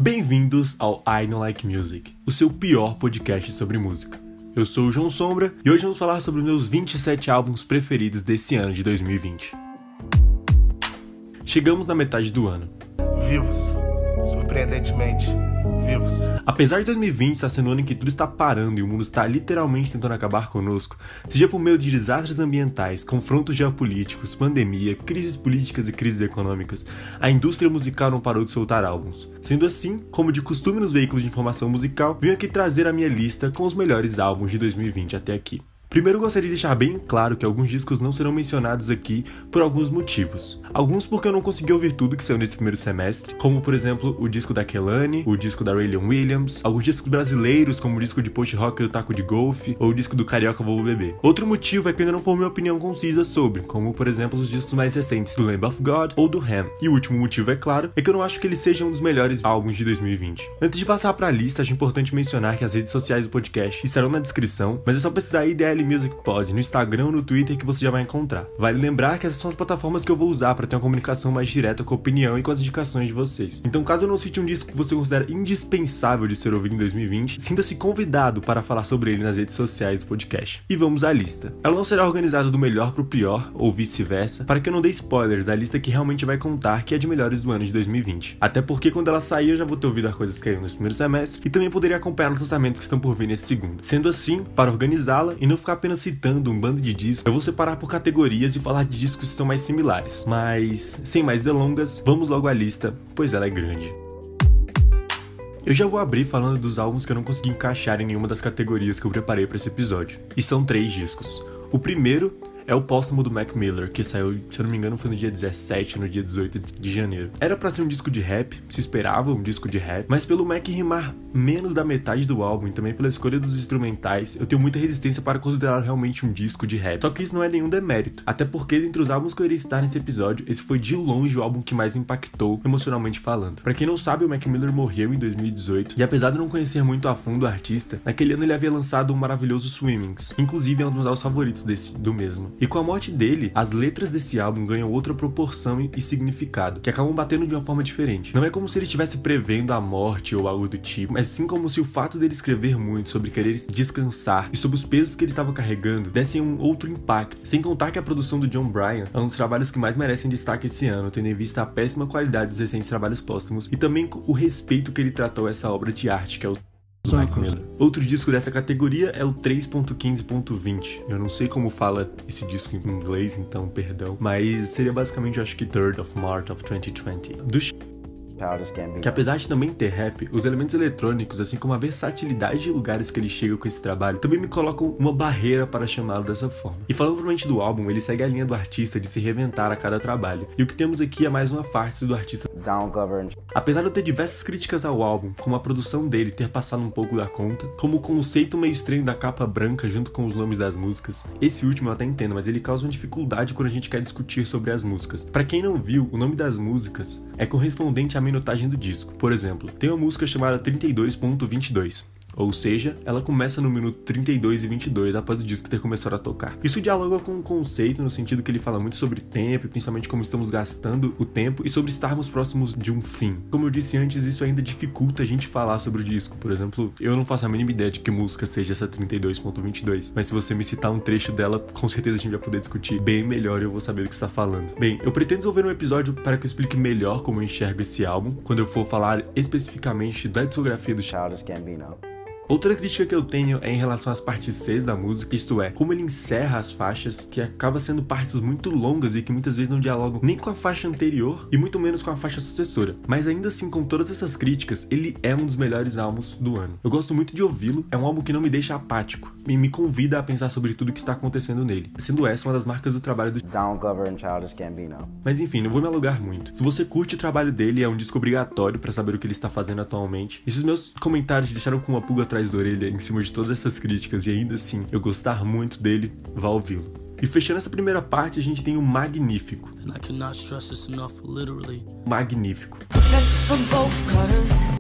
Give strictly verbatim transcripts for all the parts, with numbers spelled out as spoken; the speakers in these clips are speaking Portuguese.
Bem-vindos ao I Don't Like Music, o seu pior podcast sobre música. Eu sou o João Sombra e hoje vamos falar sobre os meus vinte e sete álbuns preferidos desse ano de dois mil e vinte. Chegamos na metade do ano. Vivos, surpreendentemente, vivos. Apesar de dois mil e vinte estar sendo um ano em que tudo está parando e o mundo está literalmente tentando acabar conosco, seja por meio de desastres ambientais, confrontos geopolíticos, pandemia, crises políticas e crises econômicas, a indústria musical não parou de soltar álbuns. Sendo assim, como de costume nos veículos de informação musical, venho aqui trazer a minha lista com os melhores álbuns de dois mil e vinte até aqui. Primeiro, gostaria de deixar bem claro que alguns discos não serão mencionados aqui por alguns motivos. Alguns porque eu não consegui ouvir tudo que saiu nesse primeiro semestre, como por exemplo o disco da Kehlani, o disco da Raylan Williams, alguns discos brasileiros como o disco de post-rock do Taco de Golfe ou o disco do Carioca Vou Beber. Outro motivo é que eu ainda não formei uma opinião concisa sobre, como por exemplo os discos mais recentes do Lamb of God ou do Ham. E o último motivo, é claro, é que eu não acho que eles sejam um dos melhores álbuns de dois mil e vinte. Antes de passar para a lista, acho importante mencionar que as redes sociais do podcast estarão na descrição, mas é só precisar ir D L Music Pod no Instagram ou no Twitter que você já vai encontrar. Vale lembrar que essas são as plataformas que eu vou usar para ter uma comunicação mais direta com a opinião e com as indicações de vocês. Então, caso eu não cite um disco que você considera indispensável de ser ouvido em dois mil e vinte, sinta-se convidado para falar sobre ele nas redes sociais do podcast. E vamos à lista. Ela não será organizada do melhor pro pior, ou vice-versa, para que eu não dê spoilers da lista que realmente vai contar que é de melhores do ano de dois mil e vinte. Até porque quando ela sair eu já vou ter ouvido as coisas que caíram nesse primeiro semestre e também poderia acompanhar os lançamentos que estão por vir nesse segundo. Sendo assim, para organizá-la e não ficar apenas citando um bando de discos, eu vou separar por categorias e falar de discos que são mais similares. Mas, sem mais delongas, vamos logo à lista, pois ela é grande. Eu já vou abrir falando dos álbuns que eu não consegui encaixar em nenhuma das categorias que eu preparei para esse episódio. E são três discos. O primeiro é o póstumo do Mac Miller, que saiu, se eu não me engano, foi no dia dezessete, no dia dezoito de janeiro. Era pra ser um disco de rap, se esperava um disco de rap, mas pelo Mac rimar menos da metade do álbum e também pela escolha dos instrumentais, eu tenho muita resistência para considerar realmente um disco de rap. Só que isso não é nenhum demérito, até porque dentre os álbuns que eu iria citar nesse episódio, esse foi de longe o álbum que mais impactou emocionalmente falando. Pra quem não sabe, o Mac Miller morreu em dois mil e dezoito, e apesar de não conhecer muito a fundo o artista, naquele ano ele havia lançado um maravilhoso Swimmings, inclusive é um dos meus álbuns favoritos desse, do mesmo. E com a morte dele, as letras desse álbum ganham outra proporção e significado, que acabam batendo de uma forma diferente. Não é como se ele estivesse prevendo a morte ou algo do tipo, mas sim como se o fato dele escrever muito sobre querer descansar e sobre os pesos que ele estava carregando dessem um outro impacto. Sem contar que a produção do Jon Brion é um dos trabalhos que mais merecem destaque esse ano, tendo em vista a péssima qualidade dos recentes trabalhos póstumos e também o respeito que ele tratou essa obra de arte, que é o Mac Miller. Outro disco dessa categoria é o três ponto quinze ponto vinte. Eu não sei como fala esse disco em inglês, então perdão, mas seria basicamente, eu acho que third of March of twenty twenty. Do que apesar de também ter rap, os elementos eletrônicos, assim como a versatilidade de lugares que ele chega com esse trabalho, também me colocam uma barreira para chamá-lo dessa forma. E falando propriamente do álbum, ele segue a linha do artista de se reinventar a cada trabalho. E o que temos aqui é mais uma farsa do artista Downgoverned. Apesar de eu ter diversas críticas ao álbum, como a produção dele ter passado um pouco da conta, como o conceito meio estranho da capa branca junto com os nomes das músicas, esse último eu até entendo, mas ele causa uma dificuldade quando a gente quer discutir sobre as músicas. Pra quem não viu, o nome das músicas é correspondente à minutagem do disco. Por exemplo, tem uma música chamada trinta e dois ponto vinte e dois. Ou seja, ela começa no minuto trinta e dois e vinte e dois após o disco ter começado a tocar. Isso dialoga com um conceito no sentido que ele fala muito sobre tempo e principalmente como estamos gastando o tempo e sobre estarmos próximos de um fim. Como eu disse antes, isso ainda dificulta a gente falar sobre o disco. Por exemplo, eu não faço a mínima ideia de que música seja essa trinta e dois ponto vinte e dois, mas se você me citar um trecho dela, com certeza a gente vai poder discutir bem melhor e eu vou saber do que você está falando. Bem, eu pretendo desenvolver um episódio para que eu explique melhor como eu enxergo esse álbum, quando eu for falar especificamente da discografia do Childish Gambino. Outra crítica que eu tenho é em relação às partes C da música, isto é, como ele encerra as faixas, que acaba sendo partes muito longas e que muitas vezes não dialogam nem com a faixa anterior e muito menos com a faixa sucessora. Mas ainda assim, com todas essas críticas, ele é um dos melhores álbuns do ano. Eu gosto muito de ouvi-lo, é um álbum que não me deixa apático e me convida a pensar sobre tudo que está acontecendo nele, sendo essa uma das marcas do trabalho do Downgoverned Childish Gambino. Mas enfim, não vou me alugar muito. Se você curte o trabalho dele, é um disco obrigatório para saber o que ele está fazendo atualmente. E se os meus comentários deixaram com uma pulga atrás da orelha em cima de todas essas críticas e ainda assim eu gostar muito dele, vá ouvi-lo. E fechando essa primeira parte, a gente tem o Magnífico. Magnífico.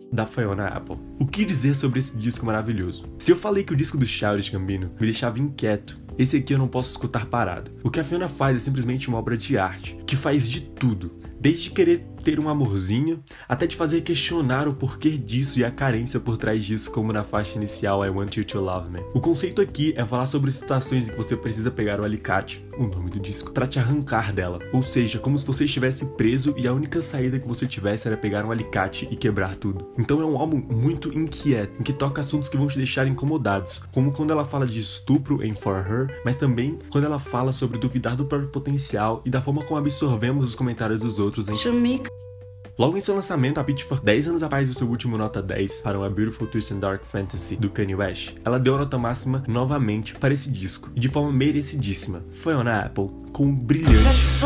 da Fiona Apple. O que dizer sobre esse disco maravilhoso? Se eu falei que o disco do Childish Gambino me deixava inquieto, esse aqui eu não posso escutar parado. O que a Fiona faz é simplesmente uma obra de arte, que faz de tudo. Desde querer ter um amorzinho, até de fazer questionar o porquê disso e a carência por trás disso, como na faixa inicial I Want You to Love Me. O conceito aqui é falar sobre situações em que você precisa pegar o alicate, o nome do disco, pra te arrancar dela. Ou seja, como se você estivesse preso e a única saída que você tivesse era pegar um alicate e quebrar tudo. Então é um álbum muito inquieto, em que toca assuntos que vão te deixar incomodados, como quando ela fala de estupro em For Her, mas também quando ela fala sobre duvidar do próprio potencial e da forma como absorvemos os comentários dos outros em... Logo em seu lançamento, a Pitchfork, dez anos após do seu último nota dez para A Beautiful Twist and Dark Fantasy do Kanye West, ela deu a nota máxima novamente para esse disco, e de forma merecidíssima. Fiona Apple com um brilhante...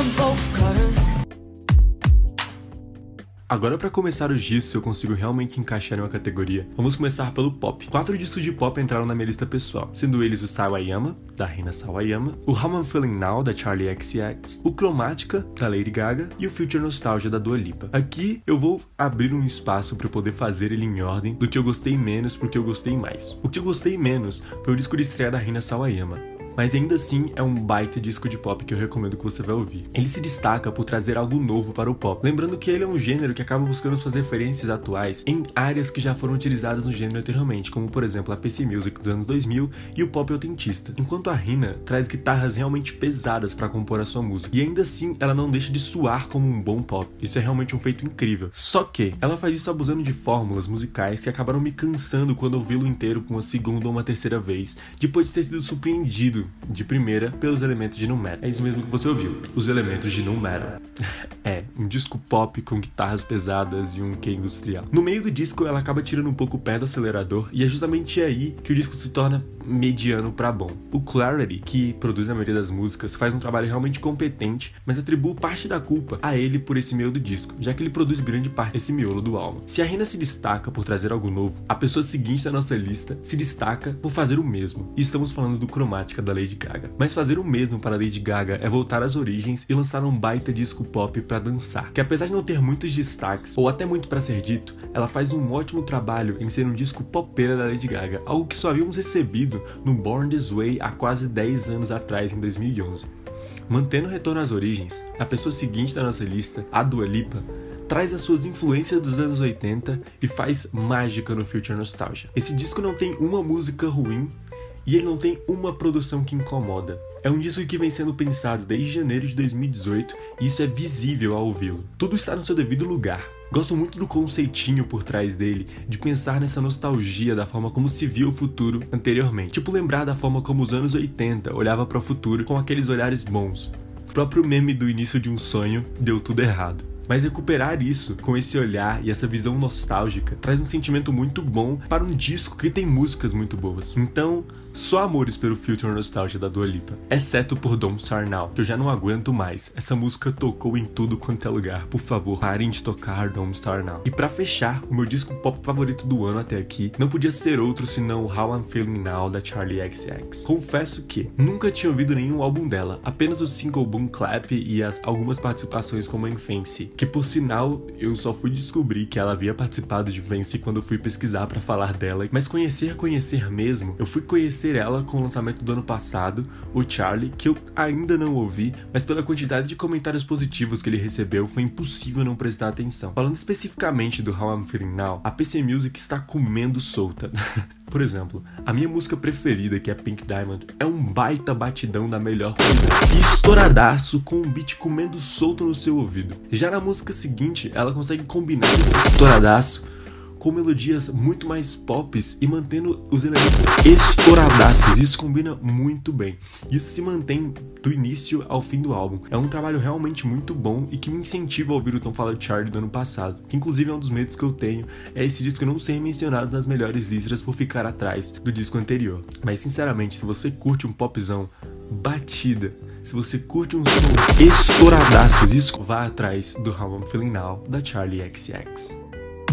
Agora, para começar os discos, se eu consigo realmente encaixar em uma categoria, vamos começar pelo pop. Quatro discos de pop entraram na minha lista pessoal, sendo eles o Sawayama, da Rina Sawayama, o How I'm Feeling Now, da Charli X C X, o Chromatica, da Lady Gaga, e o Future Nostalgia, da Dua Lipa. Aqui eu vou abrir um espaço para poder fazer ele em ordem do que eu gostei menos pro que eu gostei mais. O que eu gostei menos foi o disco de estreia da Rina Sawayama, mas ainda assim é um baita disco de pop que eu recomendo que você vai ouvir. Ele se destaca por trazer algo novo para o pop, lembrando que ele é um gênero que acaba buscando suas referências atuais em áreas que já foram utilizadas no gênero anteriormente, como por exemplo a P C Music dos anos dois mil e o pop autentista, enquanto a Rina traz guitarras realmente pesadas para compor a sua música, e ainda assim ela não deixa de soar como um bom pop. Isso é realmente um feito incrível. Só que ela faz isso abusando de fórmulas musicais que acabaram me cansando quando ouvi-lo inteiro por uma segunda ou uma terceira vez, depois de ter sido surpreendido de primeira pelos elementos de nu metal. É isso mesmo que você ouviu, os elementos de nu metal. É, um disco pop com guitarras pesadas e um quê industrial. No meio do disco ela acaba tirando um pouco o pé do acelerador, e é justamente aí que o disco se torna mediano pra bom. O Clarity, que produz a maioria das músicas, faz um trabalho realmente competente, mas atribuo parte da culpa a ele por esse meio do disco, já que ele produz grande parte desse miolo do álbum. Se a Rina se destaca por trazer algo novo, a pessoa seguinte da nossa lista se destaca por fazer o mesmo, e estamos falando do Chromatica da Lady Gaga. Mas fazer o mesmo para Lady Gaga é voltar às origens e lançar um baita disco pop pra dançar, que apesar de não ter muitos destaques, ou até muito pra ser dito, ela faz um ótimo trabalho em ser um disco popeira da Lady Gaga, algo que só havíamos recebido no Born This Way há quase dez anos atrás, em dois mil e onze. Mantendo o retorno às origens, a pessoa seguinte da nossa lista, a Dua Lipa, traz as suas influências dos anos oitenta e faz mágica no Future Nostalgia. Esse disco não tem uma música ruim e ele não tem uma produção que incomoda. É um disco que vem sendo pensado desde janeiro de dois mil e dezoito e isso é visível ao ouvi-lo. Tudo está no seu devido lugar. Gosto muito do conceitinho por trás dele, de pensar nessa nostalgia da forma como se via o futuro anteriormente. Tipo lembrar da forma como os anos oitenta olhava para o futuro com aqueles olhares bons. O próprio meme do início de um sonho deu tudo errado. Mas recuperar isso, com esse olhar e essa visão nostálgica, traz um sentimento muito bom para um disco que tem músicas muito boas. Então, só amores pelo Future Nostalgia da Dua Lipa, exceto por Don't Start Now, que eu já não aguento mais. Essa música tocou em tudo quanto é lugar. Por favor, parem de tocar Don't Start Now. E pra fechar, o meu disco pop favorito do ano até aqui não podia ser outro senão How I'm Feeling Now, da Charli X C X. Confesso que nunca tinha ouvido nenhum álbum dela, apenas o single Boom Clap e as algumas participações como em Fancy, que por sinal eu só fui descobrir que ela havia participado de Fancy quando eu fui pesquisar pra falar dela, mas conhecer, conhecer mesmo, eu fui conhecer ela com o lançamento do ano passado, o Charlie, que eu ainda não ouvi, mas pela quantidade de comentários positivos que ele recebeu, foi impossível não prestar atenção. Falando especificamente do How I'm Feeling Now, a P C Music está comendo solta. Por exemplo, a minha música preferida, que é Pink Diamond, é um baita batidão da melhor qualidade, estouradaço, com um beat comendo solto no seu ouvido. Já na música seguinte, ela consegue combinar esse estouradaço com melodias muito mais pops e mantendo os elementos estouradaços. Isso combina muito bem. Isso se mantém do início ao fim do álbum. É um trabalho realmente muito bom e que me incentiva a ouvir o Tom Fala Charlie do ano passado, que inclusive é um dos medos que eu tenho, é esse disco não ser mencionado nas melhores listas por ficar atrás do disco anterior. Mas sinceramente, se você curte um popzão batida, se você curte um som estouradaços, isso, vá atrás do How I'm Feeling Now, da Charli X C X.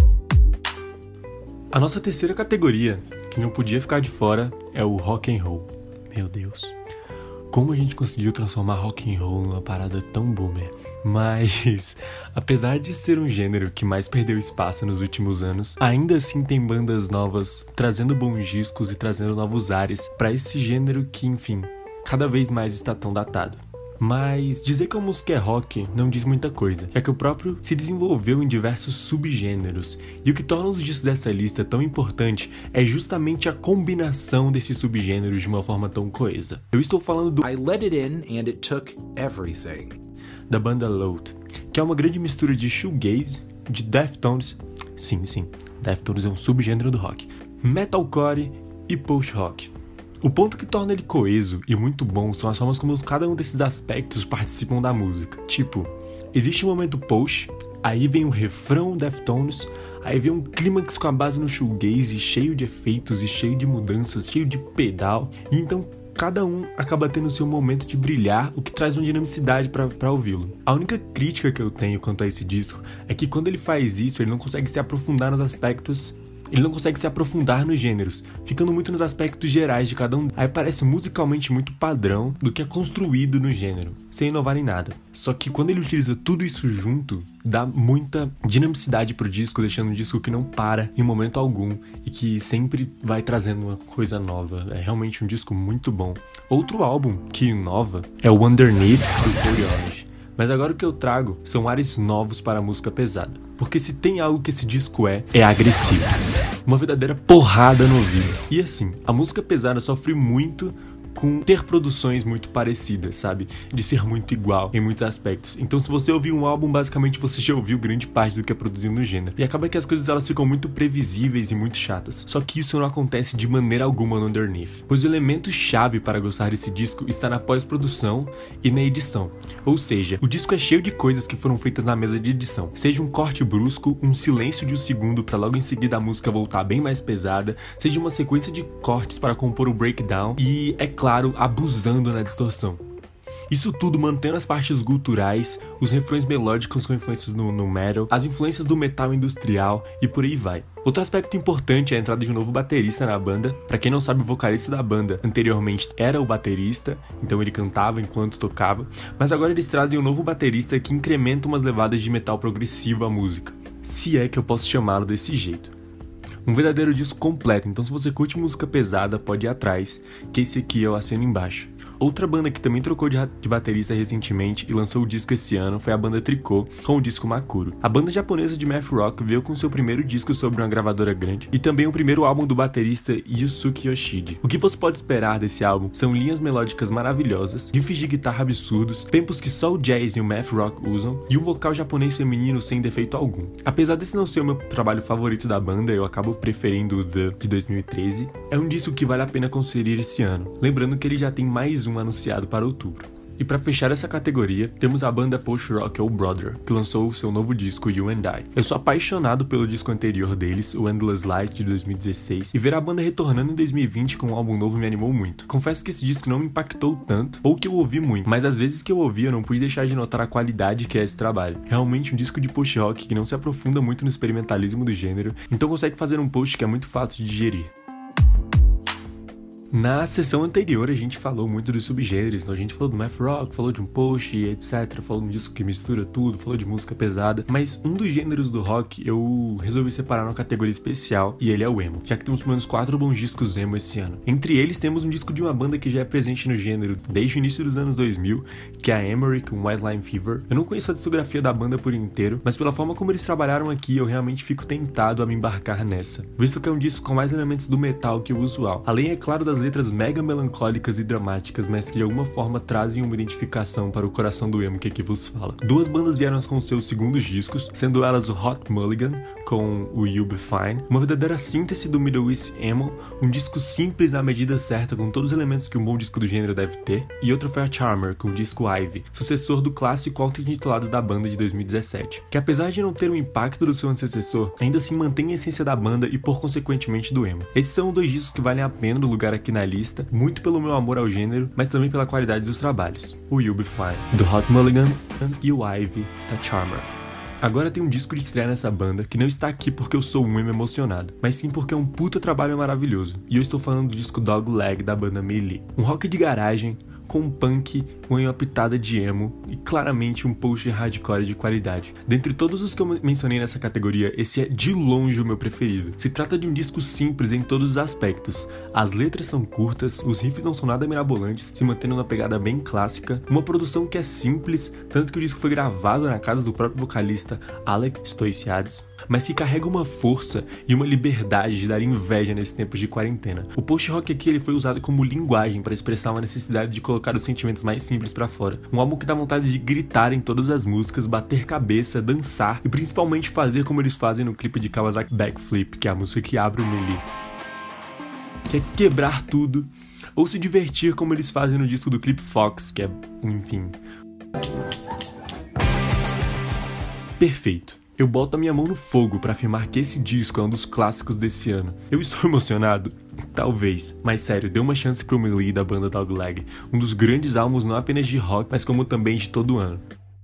A nossa terceira categoria, que não podia ficar de fora, é o rock and roll. Meu Deus. como a gente conseguiu transformar rock and roll numa parada tão boomer. Mas, apesar de ser um gênero que mais perdeu espaço nos últimos anos, ainda assim tem bandas novas trazendo bons discos e trazendo novos ares pra esse gênero que, enfim, cada vez mais está tão datado. Mas dizer que a música é rock não diz muita coisa, já que o próprio se desenvolveu em diversos subgêneros, e o que torna os discos dessa lista tão importante é justamente a combinação desses subgêneros de uma forma tão coesa. Eu estou falando do I Let It In and It Took Everything, da banda Load, que é uma grande mistura de shoegaze, de Deftones, sim, sim, Deftones é um subgênero do rock, metalcore e post-rock. O ponto que torna ele coeso e muito bom são as formas como cada um desses aspectos participam da música. Tipo, existe um momento post, aí vem o refrão Deftones, aí vem um clímax com a base no shoegaze, cheio de efeitos e cheio de mudanças, cheio de pedal, e então cada um acaba tendo seu momento de brilhar, o que traz uma dinamicidade pra ouvi-lo. A única crítica que eu tenho quanto a esse disco é que quando ele faz isso, ele não consegue se aprofundar nos aspectos Ele não consegue se aprofundar nos gêneros, ficando muito nos aspectos gerais de cada um. Aí parece musicalmente muito padrão do que é construído no gênero, sem inovar em nada. Só que quando ele utiliza tudo isso junto, dá muita dinamicidade pro disco, deixando um disco que não para em momento algum e que sempre vai trazendo uma coisa nova. É realmente um disco muito bom. Outro álbum que inova é o Underneath, do Code Orange. Mas agora o que eu trago são ares novos para a música pesada. Porque se tem algo que esse disco é, é agressivo. Uma verdadeira porrada no ouvido. E assim, a música pesada sofre muito com ter produções muito parecidas, sabe? De ser muito igual em muitos aspectos. Então se você ouvir um álbum, basicamente você já ouviu grande parte do que é produzido no gênero. E acaba que as coisas elas ficam muito previsíveis e muito chatas. Só que isso não acontece de maneira alguma no Underneath. Pois o elemento chave para gostar desse disco está na pós-produção e na edição. Ou seja, o disco é cheio de coisas que foram feitas na mesa de edição. Seja um corte brusco, um silêncio de um segundo para logo em seguida a música voltar bem mais pesada, seja uma sequência de cortes para compor o breakdown e, é claro, abusando na distorção. Isso tudo mantendo as partes guturais, os refrões melódicos com influências no, no metal, as influências do metal industrial e por aí vai. Outro aspecto importante é a entrada de um novo baterista na banda. Pra quem não sabe, o vocalista da banda anteriormente era o baterista, então ele cantava enquanto tocava, mas agora eles trazem um novo baterista que incrementa umas levadas de metal progressivo à música, se é que eu posso chamá-lo desse jeito. Um verdadeiro disco completo, então se você curte música pesada, pode ir atrás, que esse aqui eu assino embaixo. Outra banda que também trocou de, de baterista recentemente e lançou o disco esse ano foi a banda Tricô, com o disco Makuro. A banda japonesa de math rock veio com seu primeiro disco sobre uma gravadora grande e também o primeiro álbum do baterista Yusuke Yoshida. O que você pode esperar desse álbum são linhas melódicas maravilhosas, riffs de guitarra absurdos, tempos que só o jazz e o math rock usam e um vocal japonês feminino sem defeito algum. Apesar desse não ser o meu trabalho favorito da banda, eu acabo preferindo o The de dois mil e treze, é um disco que vale a pena conferir esse ano, lembrando que ele já tem mais um anunciado para outubro. E para fechar essa categoria, temos a banda post-rock O Brother, que lançou o seu novo disco You and I. Eu sou apaixonado pelo disco anterior deles, o Endless Light de dois mil e dezesseis, e ver a banda retornando em dois mil e vinte com um álbum novo me animou muito. Confesso que esse disco não me impactou tanto, ou que eu ouvi muito, mas às vezes que eu ouvi eu não pude deixar de notar a qualidade que é esse trabalho. Realmente um disco de post-rock que não se aprofunda muito no experimentalismo do gênero, então consegue fazer um post que é muito fácil de digerir. Na sessão anterior a gente falou muito dos subgêneros, então a gente falou do math rock, falou de um post, etcétera, falou de um disco que mistura tudo, falou de música pesada, mas um dos gêneros do rock eu resolvi separar numa categoria especial e ele é o emo, já que temos pelo menos quatro bons discos emo esse ano. Entre eles temos um disco de uma banda que já é presente no gênero desde o início dos anos dois mil, que é a Emery com White Line Fever. Eu não conheço a discografia da banda por inteiro, mas pela forma como eles trabalharam aqui eu realmente fico tentado a me embarcar nessa, visto que é um disco com mais elementos do metal que o usual, além é claro das letras mega melancólicas e dramáticas, mas que de alguma forma trazem uma identificação para o coração do emo que aqui vos fala. Duas bandas vieram com seus segundos discos, sendo elas o Hot Mulligan com o You'll Be Fine, uma verdadeira síntese do Middle East Emo, um disco simples na medida certa com todos os elementos que um bom disco do gênero deve ter, e outra foi a Charmer com o disco Ivy, sucessor do clássico auto-intitulado da banda de dois mil e dezessete, que apesar de não ter o impacto do seu antecessor, ainda assim mantém a essência da banda e por consequentemente do emo. Esses são dois discos que valem a pena do lugar aqui na lista, muito pelo meu amor ao gênero, mas também pela qualidade dos trabalhos. O You'll Be Fine, do Hot Mulligan, e o Ivy, da Charmer. Agora tem um disco de estreia nessa banda que não está aqui porque eu sou um emo emocionado, mas sim porque é um puta trabalho maravilhoso, e eu estou falando do disco Dog Leg da banda Melee. Um rock de garagem, com punk, com uma pitada de emo e claramente um post hardcore de qualidade. Dentre todos os que eu mencionei nessa categoria, esse é de longe o meu preferido. Se trata de um disco simples em todos os aspectos. As letras são curtas, os riffs não são nada mirabolantes, se mantendo uma pegada bem clássica, uma produção que é simples, tanto que o disco foi gravado na casa do próprio vocalista Alex Stoisiades, mas que carrega uma força e uma liberdade de dar inveja nesses tempos de quarentena. O post-rock aqui ele foi usado como linguagem para expressar uma necessidade de colocar os sentimentos mais simples para fora. Um álbum que dá vontade de gritar em todas as músicas, bater cabeça, dançar e principalmente fazer como eles fazem no clipe de Kawasaki Backflip, que é a música que abre o Melee. Que é quebrar tudo, ou se divertir como eles fazem no disco do Clip Fox, que é, enfim... perfeito. Eu boto a minha mão no fogo para afirmar que esse disco é um dos clássicos desse ano. Eu estou emocionado? Talvez. Mas sério, dê uma chance pro Melee da banda Dogleg, um dos grandes álbuns não apenas de rock, mas como também de todo ano.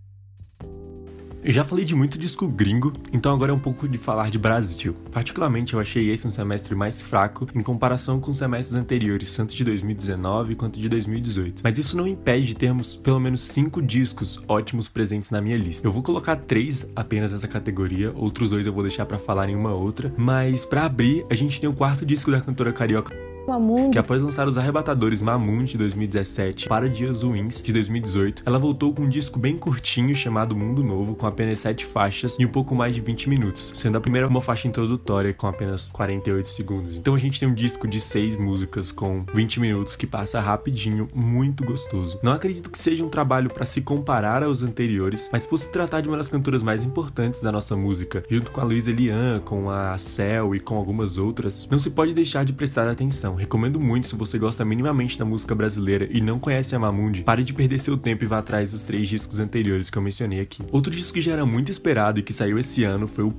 Eu já falei de muito disco gringo, então agora é um pouco de falar de Brasil. Particularmente eu achei esse um semestre mais fraco em comparação com os semestres anteriores, tanto de dois mil e dezenove quanto de dois mil e dezoito. Mas isso não impede de termos pelo menos cinco discos ótimos presentes na minha lista. Eu vou colocar três apenas nessa categoria, outros dois eu vou deixar pra falar em uma outra, mas pra abrir a gente tem o quarto disco da cantora carioca Mamundi, que após lançar os arrebatadores Mamundi de dois mil e dezessete para Dias Ruins de dois mil e dezoito, ela voltou com um disco bem curtinho chamado Mundo Novo, com apenas sete faixas e um pouco mais de vinte minutos, sendo a primeira uma faixa introdutória com apenas quarenta e oito segundos. Então a gente tem um disco de seis músicas com vinte minutos que passa rapidinho, muito gostoso. Não acredito que seja um trabalho para se comparar aos anteriores, mas por se tratar de uma das cantoras mais importantes da nossa música, junto com a Luísa Lian, com a Cel e com algumas outras, não se pode deixar de prestar atenção. Recomendo muito se você gosta minimamente da música brasileira e não conhece a Mamundi, pare de perder seu tempo e vá atrás dos três discos anteriores que eu mencionei aqui. Outro disco que já era muito esperado e que saiu esse ano foi o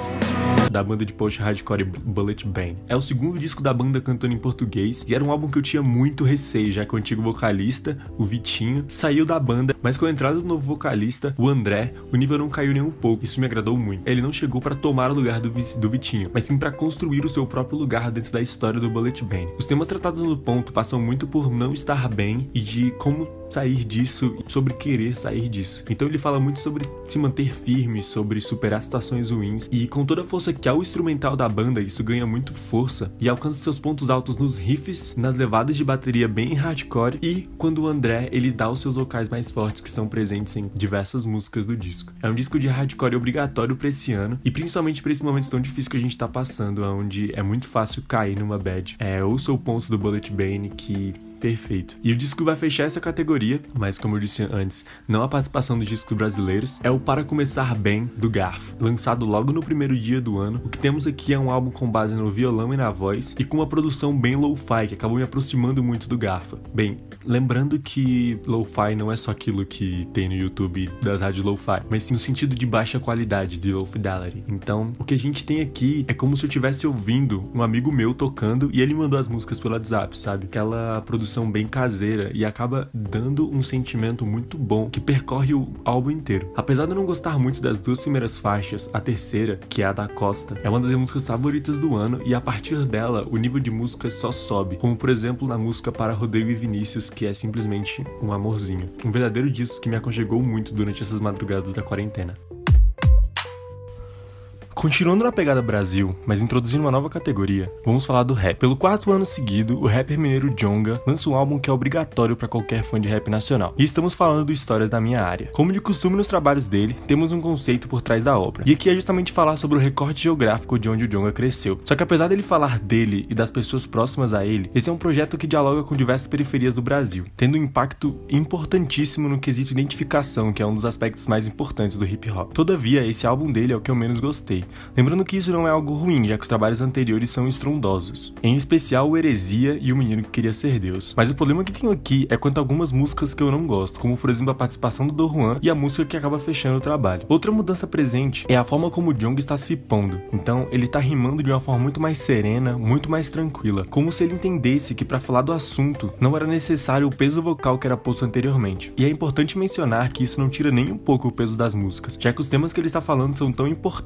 da banda de post-hardcore Bullet Bane. É o segundo disco da banda cantando em português e era um álbum que eu tinha muito receio, já que o antigo vocalista, o Vitinho, saiu da banda, mas com a entrada do novo vocalista, o André, o nível não caiu nem um pouco. Isso me agradou muito. Ele não chegou para tomar o lugar do, do Vitinho, mas sim para construir o seu próprio lugar dentro da história do Bullet Bane. Os temas tratados no ponto passam muito por não estar bem e de como sair disso, sobre querer sair disso. Então ele fala muito sobre se manter firme, sobre superar situações ruins, e com toda a força que há o instrumental da banda, isso ganha muito força e alcança seus pontos altos nos riffs, nas levadas de bateria bem hardcore e quando o André ele dá os seus vocais mais fortes que são presentes em diversas músicas do disco. É um disco de hardcore obrigatório pra esse ano e principalmente pra esse momento tão difícil que a gente tá passando, onde é muito fácil cair numa bad. É o seu ponto do Bullet Bane que... perfeito. E o disco vai fechar essa categoria, mas como eu disse antes, não a participação dos discos brasileiros, é o Para Começar Bem, do Garfo, lançado logo no primeiro dia do ano. O que temos aqui é um álbum com base no violão e na voz, e com uma produção bem lo-fi, que acabou me aproximando muito do Garfo. Bem, lembrando que lo-fi não é só aquilo que tem no YouTube das rádios lo-fi, mas sim no sentido de baixa qualidade, de low fidelity. Então, o que a gente tem aqui é como se eu estivesse ouvindo um amigo meu tocando, e ele mandou as músicas pelo WhatsApp, sabe? Aquela produção bem caseira e acaba dando um sentimento muito bom que percorre o álbum inteiro. Apesar de eu não gostar muito das duas primeiras faixas, a terceira, que é a da Costa, é uma das minhas músicas favoritas do ano e a partir dela o nível de música só sobe, como por exemplo na música Para Rodrigo e Vinícius, que é simplesmente um amorzinho. Um verdadeiro disco que me aconchegou muito durante essas madrugadas da quarentena. Continuando na pegada Brasil, mas introduzindo uma nova categoria, vamos falar do rap. Pelo quarto ano seguido, o rapper mineiro Djonga lança um álbum que é obrigatório para qualquer fã de rap nacional. E estamos falando do Histórias da Minha Área. Como de costume nos trabalhos dele, temos um conceito por trás da obra. E aqui é justamente falar sobre o recorte geográfico de onde o Djonga cresceu. Só que apesar dele falar dele e das pessoas próximas a ele, esse é um projeto que dialoga com diversas periferias do Brasil, tendo um impacto importantíssimo no quesito identificação, que é um dos aspectos mais importantes do hip hop. Todavia, esse álbum dele é o que eu menos gostei. Lembrando que isso não é algo ruim, já que os trabalhos anteriores são estrondosos. Em especial o Heresia e o Menino que Queria Ser Deus. Mas o problema que tenho aqui é quanto a algumas músicas que eu não gosto, como por exemplo a participação do Dom Juan e a música que acaba fechando o trabalho. Outra mudança presente é a forma como o Djonga está se pondo. Então ele está rimando de uma forma muito mais serena, muito mais tranquila, como se ele entendesse que para falar do assunto não era necessário o peso vocal que era posto anteriormente. E é importante mencionar que isso não tira nem um pouco o peso das músicas, já que os temas que ele está falando são tão importantes e tão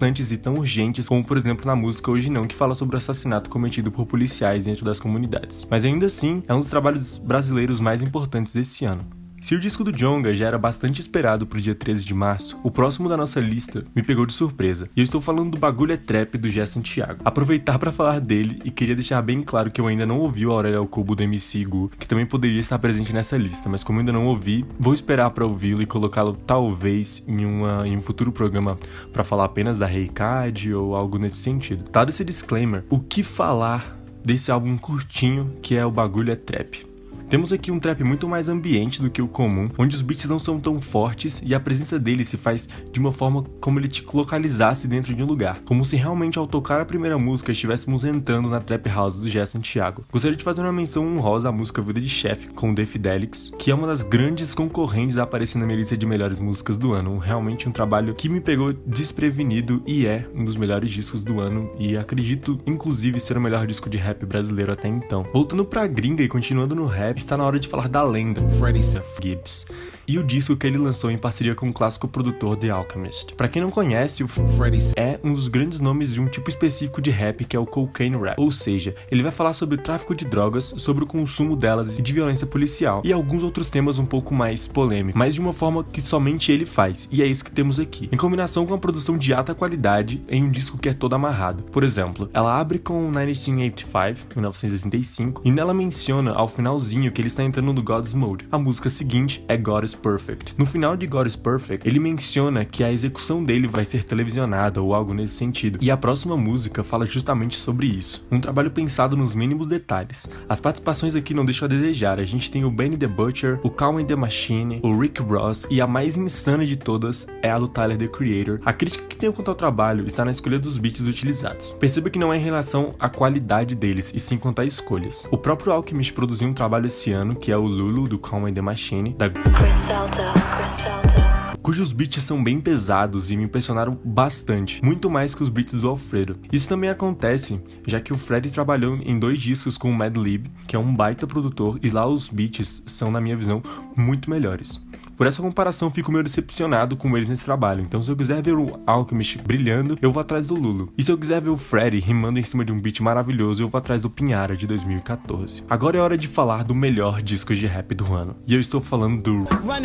tão urgentes como, por exemplo, na música Hoje Não, que fala sobre o assassinato cometido por policiais dentro das comunidades. Mas ainda assim, é um dos trabalhos brasileiros mais importantes desse ano. Se o disco do Djonga já era bastante esperado pro dia treze de março, o próximo da nossa lista me pegou de surpresa. E eu estou falando do Bagulho é Trap do Gé Santiago. Aproveitar para falar dele e queria deixar bem claro que eu ainda não ouvi o Aurélio Cubo do M C Gu, que também poderia estar presente nessa lista, mas como ainda não ouvi, vou esperar para ouvi-lo e colocá-lo talvez em, uma, em um futuro programa para falar apenas da Reicad ou algo nesse sentido. Dado esse disclaimer, o que falar desse álbum curtinho que é o Bagulho é Trap? Temos aqui um trap muito mais ambiente do que o comum, onde os beats não são tão fortes e a presença dele se faz de uma forma como ele te localizasse dentro de um lugar, como se realmente ao tocar a primeira música estivéssemos entrando na trap house do Gé Santiago. Gostaria de fazer uma menção honrosa à música Vida de Chefe com The Fidelix, que é uma das grandes concorrentes a aparecer na minha lista de melhores músicas do ano, realmente um trabalho que me pegou desprevenido e é um dos melhores discos do ano e acredito inclusive ser o melhor disco de rap brasileiro até então. Voltando pra gringa e continuando no rap, está na hora de falar da lenda Freddie Gibbs e o disco que ele lançou em parceria com o clássico produtor The Alchemist. Pra quem não conhece, o Freddie é um dos grandes nomes de um tipo específico de rap que é o cocaine rap, ou seja, ele vai falar sobre o tráfico de drogas, sobre o consumo delas e de violência policial e alguns outros temas um pouco mais polêmicos, mas de uma forma que somente ele faz, e é isso que temos aqui, em combinação com a produção de alta qualidade em um disco que é todo amarrado. Por exemplo, ela abre com mil novecentos e oitenta e cinco, mil novecentos e oitenta e cinco, e nela menciona ao finalzinho que ele está entrando no God's Mode. A música seguinte é God is Perfect. No final de God is Perfect, ele menciona que a execução dele vai ser televisionada ou algo nesse sentido. E a próxima música fala justamente sobre isso. Um trabalho pensado nos mínimos detalhes. As participações aqui não deixam a desejar. A gente tem o Benny the Butcher, o Calm the Machine, o Rick Ross e a mais insana de todas é a do Tyler the Creator. A crítica que tenho quanto ao trabalho está na escolha dos beats utilizados. Perceba que não é em relação à qualidade deles, e sim quanto a escolhas. O próprio Alchemist produziu um trabalho esse ano que é o Lulu do Calm the Machine, da Griselda, Griselda, cujos beats são bem pesados e me impressionaram bastante, muito mais que os beats do Alfredo. Isso também acontece, já que o Freddy trabalhou em dois discos com o Madlib, que é um baita produtor, e lá os beats são, na minha visão, muito melhores. Por essa comparação, fico meio decepcionado com eles nesse trabalho. Então, se eu quiser ver o Alchemist brilhando, eu vou atrás do Lulu. E se eu quiser ver o Freddy rimando em cima de um beat maravilhoso, eu vou atrás do Pinhara, de dois mil e quatorze. Agora é hora de falar do melhor disco de rap do ano. E eu estou falando do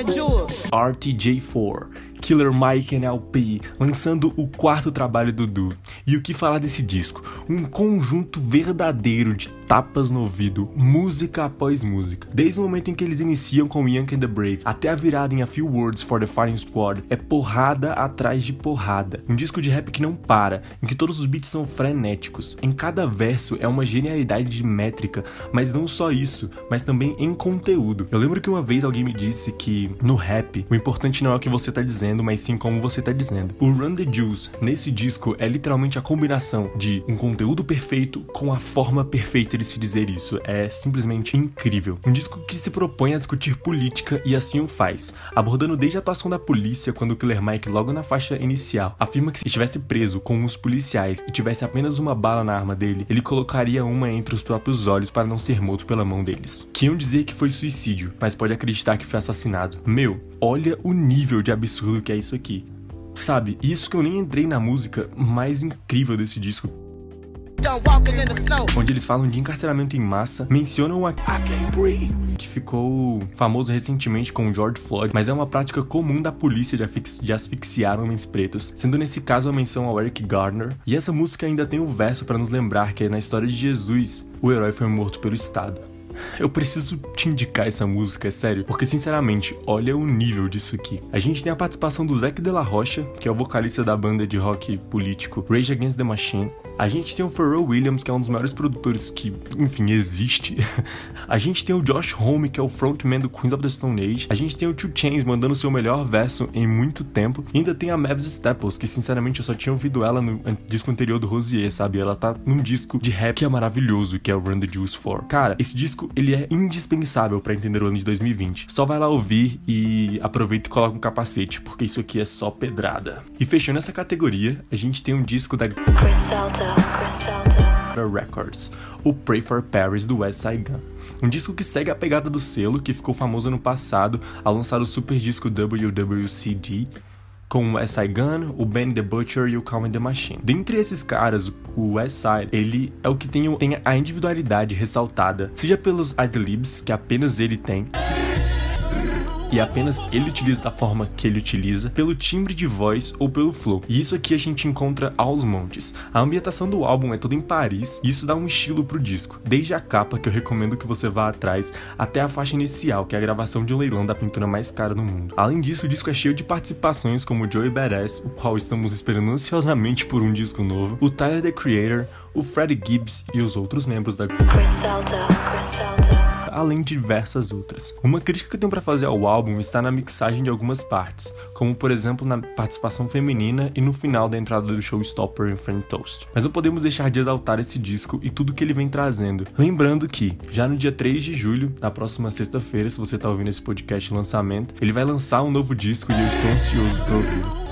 R T J quatro, Killer Mike and L P, lançando o quarto trabalho do Du. E o que falar desse disco? Um conjunto verdadeiro de tapas no ouvido, música após música. Desde o momento em que eles iniciam com Young and the Brave, até a virada em A Few Words for the Firing Squad, é porrada atrás de porrada. Um disco de rap que não para, em que todos os beats são frenéticos. Em cada verso é uma genialidade de métrica, mas não só isso, mas também em conteúdo. Eu lembro que uma vez alguém me disse que no rap, o importante não é o que você tá dizendo, mas sim como você tá dizendo. O Run the Jewels, nesse disco, é literalmente a combinação de um conteúdo perfeito com a forma perfeita de se dizer isso. É simplesmente incrível. Um disco que se propõe a discutir política e assim o faz, abordando desde a atuação da polícia, quando o Killer Mike, logo na faixa inicial, afirma que se estivesse preso com os policiais e tivesse apenas uma bala na arma dele, ele colocaria uma entre os próprios olhos para não ser morto pela mão deles. Que iam dizer que foi suicídio, mas pode acreditar que foi assassinado. Meu, olha o nível de absurdo que é isso aqui. Sabe, isso que eu nem entrei na música mais incrível desse disco, onde eles falam de encarceramento em massa, mencionam a que ficou famoso recentemente com George Floyd, mas é uma prática comum da polícia de, asfix de asfixiar homens pretos, sendo nesse caso a menção ao Eric Garner. E essa música ainda tem o verso para nos lembrar que na história de Jesus, o herói foi morto pelo Estado. Eu preciso te indicar essa música, é sério, porque sinceramente, olha o nível disso aqui. A gente tem a participação do Zac de la Rocha, que é o vocalista da banda de rock político Rage Against the Machine. A gente tem o Pharrell Williams, que é um dos maiores produtores que, enfim, existe. A gente tem o Josh Homme, que é o frontman do Queens of the Stone Age. A gente tem o two Chainz mandando seu melhor verso em muito tempo. E ainda tem a Mavis Staples, que sinceramente eu só tinha ouvido ela no disco anterior do Rosier, sabe? Ela tá num disco de rap que é maravilhoso, que é o Run the Jewels quatro. Cara, esse disco, ele é indispensável pra entender o ano de dois mil e vinte. Só vai lá ouvir e aproveita e coloca um capacete, porque isso aqui é só pedrada. E fechando essa categoria, a gente tem um disco da Griselda, Griselda Records, o Pray for Paris do Westside Gunn. Um disco que segue a pegada do selo, que ficou famoso ano passado ao lançar o super disco W W C D. com o S I Gun, o Benny the Butcher e o Calm the Machine. Dentre esses caras, o Westside, ele é o que tem, tem a individualidade ressaltada, seja pelos adlibs que apenas ele tem, e apenas ele utiliza da forma que ele utiliza, pelo timbre de voz ou pelo flow. E isso aqui a gente encontra aos montes. A ambientação do álbum é toda em Paris e isso dá um estilo pro disco, desde a capa, que eu recomendo que você vá atrás, até a faixa inicial, que é a gravação de um leilão da pintura mais cara do mundo. Além disso, o disco é cheio de participações como o Joey Badass, o qual estamos esperando ansiosamente por um disco novo, o Tyler the Creator, o Freddie Gibbs e os outros membros da Griselda, Griselda. além de diversas outras. Uma crítica que eu tenho pra fazer ao álbum está na mixagem de algumas partes, como por exemplo na participação feminina e no final da entrada do Showstopper em Friend Toast. Mas não podemos deixar de exaltar esse disco e tudo que ele vem trazendo. Lembrando que, já no dia três de julho, na próxima sexta-feira, se você tá ouvindo esse podcast lançamento, ele vai lançar um novo disco e eu estou ansioso pra ouvir.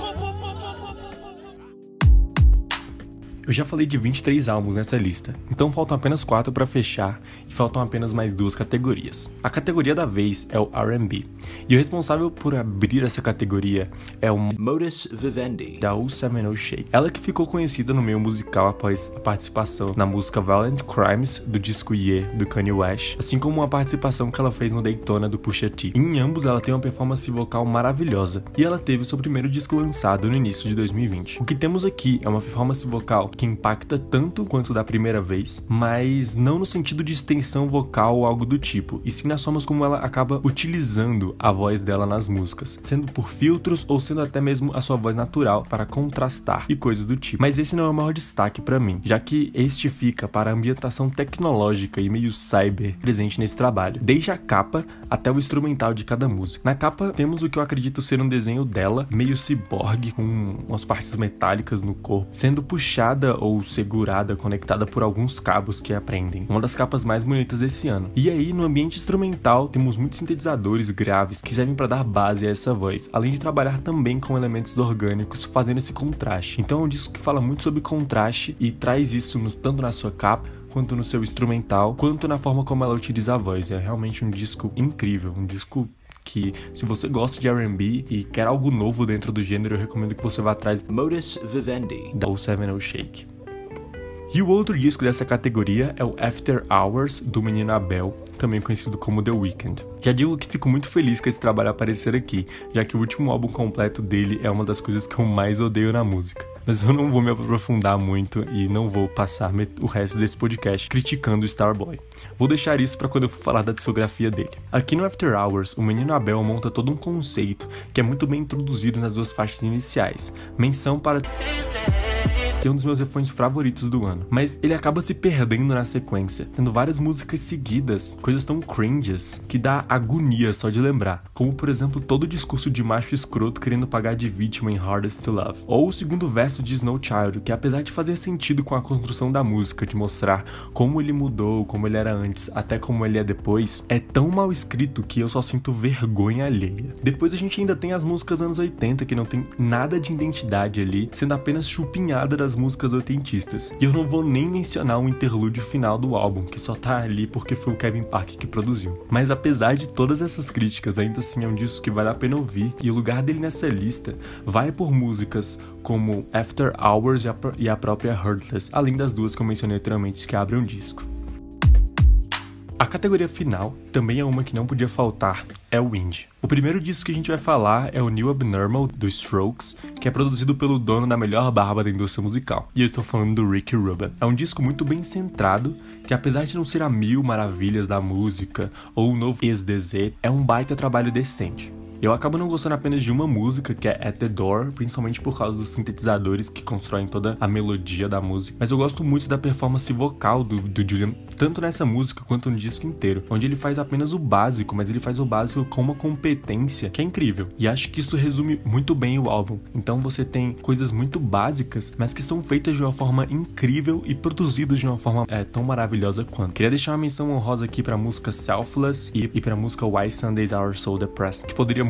Eu já falei de vinte e três álbuns nessa lista, então faltam apenas quatro para fechar e faltam apenas mais duas categorias. A categoria da vez é o R and B, e o responsável por abrir essa categoria é o Modus Vivendi, da O sete zero Shake. Ela que ficou conhecida no meio musical após a participação na música Violent Crimes, do disco Yeah, do Kanye West, assim como uma participação que ela fez no Daytona, do Pusha T. Em ambos ela tem uma performance vocal maravilhosa, e ela teve seu primeiro disco lançado no início de dois mil e vinte. O que temos aqui é uma performance vocal que impacta tanto quanto da primeira vez, mas não no sentido de extensão vocal ou algo do tipo, e sim nas formas como ela acaba utilizando a voz dela nas músicas, sendo por filtros ou sendo até mesmo a sua voz natural para contrastar e coisas do tipo. Mas esse não é o maior destaque para mim, já que este fica para a ambientação tecnológica e meio cyber presente nesse trabalho, desde a capa até o instrumental de cada música. Na capa temos o que eu acredito ser um desenho dela, meio ciborgue, com umas partes metálicas no corpo, sendo puxada ou segurada, conectada por alguns cabos que a prendem. Uma das capas mais bonitas desse ano. E aí, no ambiente instrumental, temos muitos sintetizadores graves que servem para dar base a essa voz, além de trabalhar também com elementos orgânicos, fazendo esse contraste. Então é um disco que fala muito sobre contraste e traz isso no, tanto na sua capa, quanto no seu instrumental, quanto na forma como ela utiliza a voz. É realmente um disco incrível, um disco que, se você gosta de R and B e quer algo novo dentro do gênero, eu recomendo que você vá atrás Modus Vivendi, da O sete zero Shake. E o outro disco dessa categoria é o After Hours, do menino Abel, também conhecido como The Weeknd. Já digo que fico muito feliz com esse trabalho aparecer aqui, já que o último álbum completo dele é uma das coisas que eu mais odeio na música. Mas eu não vou me aprofundar muito e não vou passar o resto desse podcast criticando o Starboy. Vou deixar isso para quando eu for falar da discografia dele. Aqui no After Hours, o menino Abel monta todo um conceito que é muito bem introduzido nas duas faixas iniciais. Menção para ter um dos meus refrões favoritos do ano. Mas ele acaba se perdendo na sequência, tendo várias músicas seguidas, coisas tão cringes, que dá agonia só de lembrar. Como, por exemplo, todo o discurso de macho escroto querendo pagar de vítima em Hardest to Love. Ou o segundo verso de Snow Child, que apesar de fazer sentido com a construção da música, de mostrar como ele mudou, como ele era antes, até como ele é depois, é tão mal escrito que eu só sinto vergonha alheia. Depois a gente ainda tem as músicas anos oitenta, que não tem nada de identidade ali, sendo apenas chupinhada das músicas oitentistas. E eu não vou nem mencionar o interlúdio final do álbum, que só tá ali porque foi o Kevin Parker que produziu. Mas apesar de todas essas críticas, ainda assim é um disco que vale a pena ouvir, e o lugar dele nessa lista vai por músicas como After Hours e a própria Hurtless, além das duas que eu mencionei anteriormente que abrem o disco. A categoria final também é uma que não podia faltar, é o Indie. O primeiro disco que a gente vai falar é o New Abnormal, do Strokes, que é produzido pelo dono da melhor barba da indústria musical. E eu estou falando do Rick Rubin. É um disco muito bem centrado, que apesar de não ser a mil maravilhas da música, ou o novo ex D Z, é um baita trabalho decente. Eu acabo não gostando apenas de uma música, que é At The Door, principalmente por causa dos sintetizadores que constroem toda a melodia da música, mas eu gosto muito da performance vocal do, do Julian, tanto nessa música quanto no disco inteiro, onde ele faz apenas o básico, mas ele faz o básico com uma competência que é incrível, e acho que isso resume muito bem o álbum. Então você tem coisas muito básicas, mas que são feitas de uma forma incrível e produzidas de uma forma é, tão maravilhosa quanto. Queria deixar uma menção honrosa aqui pra música Selfless e, e pra música Why Sundays Are So Depressed, que poderia muito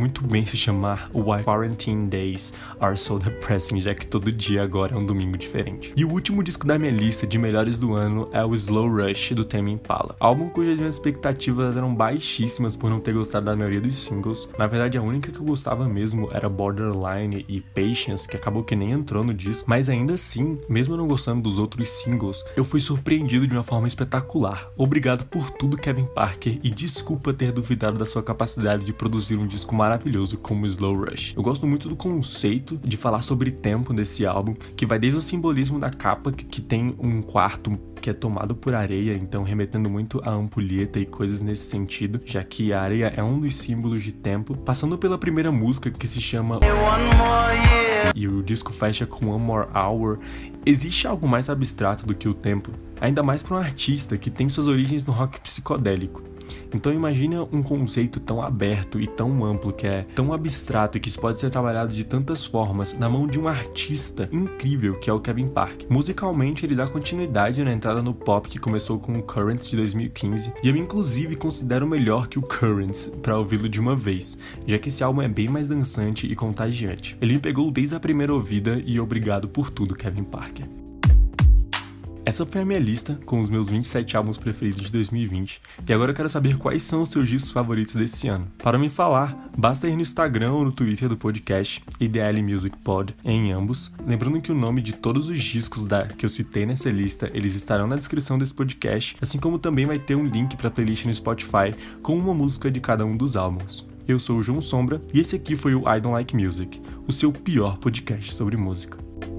muito bem se chamar Why Quarantine Days Are So Depressing, já que todo dia agora é um domingo diferente. E o último disco da minha lista de melhores do ano é o Slow Rush, do Tame Impala. Álbum cujas minhas expectativas eram baixíssimas por não ter gostado da maioria dos singles. Na verdade, a única que eu gostava mesmo era Borderline e Patience, que acabou que nem entrou no disco. Mas ainda assim, mesmo não gostando dos outros singles, eu fui surpreendido de uma forma espetacular. Obrigado por tudo, Kevin Parker, e desculpa ter duvidado da sua capacidade de produzir um disco maravilhoso como Slow Rush. Eu gosto muito do conceito de falar sobre tempo desse álbum, que vai desde o simbolismo da capa, que tem um quarto que é tomado por areia, então remetendo muito a ampulheta e coisas nesse sentido, já que a areia é um dos símbolos de tempo, passando pela primeira música, que se chama e o disco fecha com One More Hour. Existe algo mais abstrato do que o tempo, ainda mais para um artista que tem suas origens no rock psicodélico. Então imagina um conceito tão aberto e tão amplo, que é tão abstrato e que isso pode ser trabalhado de tantas formas na mão de um artista incrível que é o Kevin Parker. Musicalmente ele dá continuidade na entrada no pop que começou com o Currents de dois mil e quinze, e eu inclusive considero melhor que o Currents para ouvi-lo de uma vez, já que esse álbum é bem mais dançante e contagiante. Ele me pegou desde a primeira ouvida e obrigado por tudo, Kevin Parker. Essa foi a minha lista com os meus vinte e sete álbuns preferidos de dois mil e vinte, e agora eu quero saber quais são os seus discos favoritos desse ano. Para me falar, basta ir no Instagram ou no Twitter do podcast, I D L Music Pod, em ambos. Lembrando que o nome de todos os discos da, que eu citei nessa lista, eles estarão na descrição desse podcast, assim como também vai ter um link para a playlist no Spotify com uma música de cada um dos álbuns. Eu sou o João Sombra, e esse aqui foi o I Don't Like Music, o seu pior podcast sobre música.